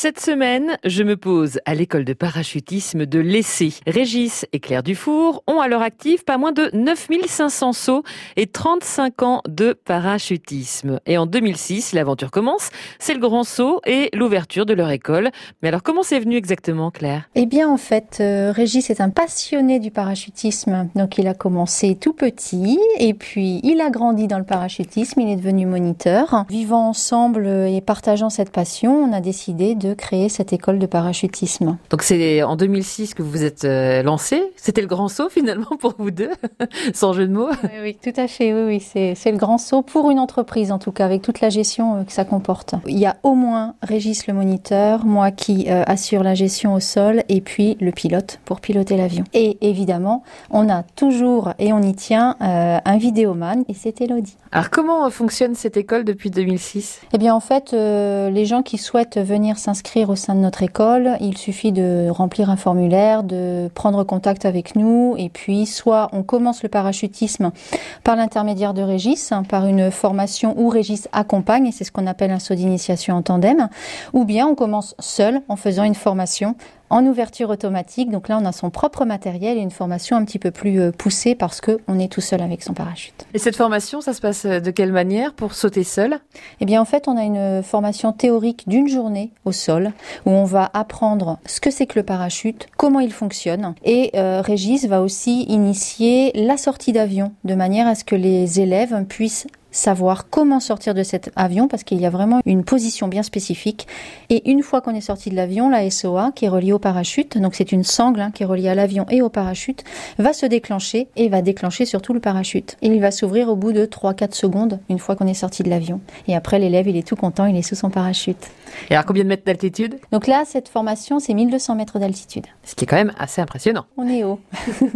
Cette semaine, je me pose à l'école de parachutisme de l'Essai. Régis et Claire Dufour ont à leur actif pas moins de 9500 sauts et 35 ans de parachutisme. Et en 2006, l'aventure commence, c'est le grand saut et l'ouverture de leur école. Mais alors comment c'est venu exactement, Claire ? Eh bien en fait, Régis est un passionné du parachutisme. Donc il a commencé tout petit et puis il a grandi dans le parachutisme, il est devenu moniteur. Vivant ensemble et partageant cette passion, on a décidé de créer cette école de parachutisme. Donc c'est en 2006 que vous vous êtes lancés. C'était le grand saut finalement pour vous deux, sans jeu de mots. Oui, tout à fait. Oui, c'est le grand saut pour une entreprise en tout cas, avec toute la gestion que ça comporte. Il y a au moins Régis le moniteur, moi qui assure la gestion au sol et puis le pilote pour piloter l'avion. Et évidemment, on a toujours et on y tient un vidéoman et c'est Elodie. Alors comment fonctionne cette école depuis 2006 ? Eh bien en fait, les gens qui souhaitent venir s'inscrire au sein de notre école, il suffit de remplir un formulaire, de prendre contact avec nous et puis soit on commence le parachutisme par l'intermédiaire de Régis, par une formation où Régis accompagne, et c'est ce qu'on appelle un saut d'initiation en tandem, ou bien on commence seul en faisant une formation en ouverture automatique. Donc là, on a son propre matériel et une formation un petit peu plus poussée parce qu'on est tout seul avec son parachute. Et cette formation, ça se passe de quelle manière pour sauter seul ? Eh bien, en fait, on a une formation théorique d'une journée au sol où on va apprendre ce que c'est que le parachute, comment il fonctionne. Et Régis va aussi initier la sortie d'avion de manière à ce que les élèves puissent savoir comment sortir de cet avion parce qu'il y a vraiment une position bien spécifique. Et une fois qu'on est sorti de l'avion, la SOA qui est reliée au parachute, donc c'est une sangle qui est reliée à l'avion et au parachute, va se déclencher et va déclencher surtout le parachute. Et il va s'ouvrir au bout de 3-4 secondes une fois qu'on est sorti de l'avion. Et après, l'élève, il est tout content, il est sous son parachute. Et alors combien de mètres d'altitude ? Donc là, cette formation, c'est 1200 mètres d'altitude. Ce qui est quand même assez impressionnant. On est haut.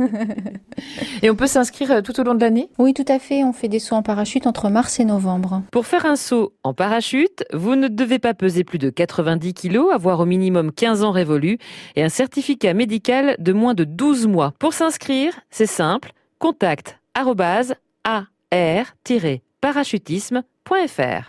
Et on peut s'inscrire tout au long de l'année ? Oui, tout à fait. On fait des sauts en parachute entre mars et novembre. Pour faire un saut en parachute, vous ne devez pas peser plus de 90 kg, avoir au minimum 15 ans révolus et un certificat médical de moins de 12 mois. Pour s'inscrire, c'est simple, contact @ar-parachutisme.fr.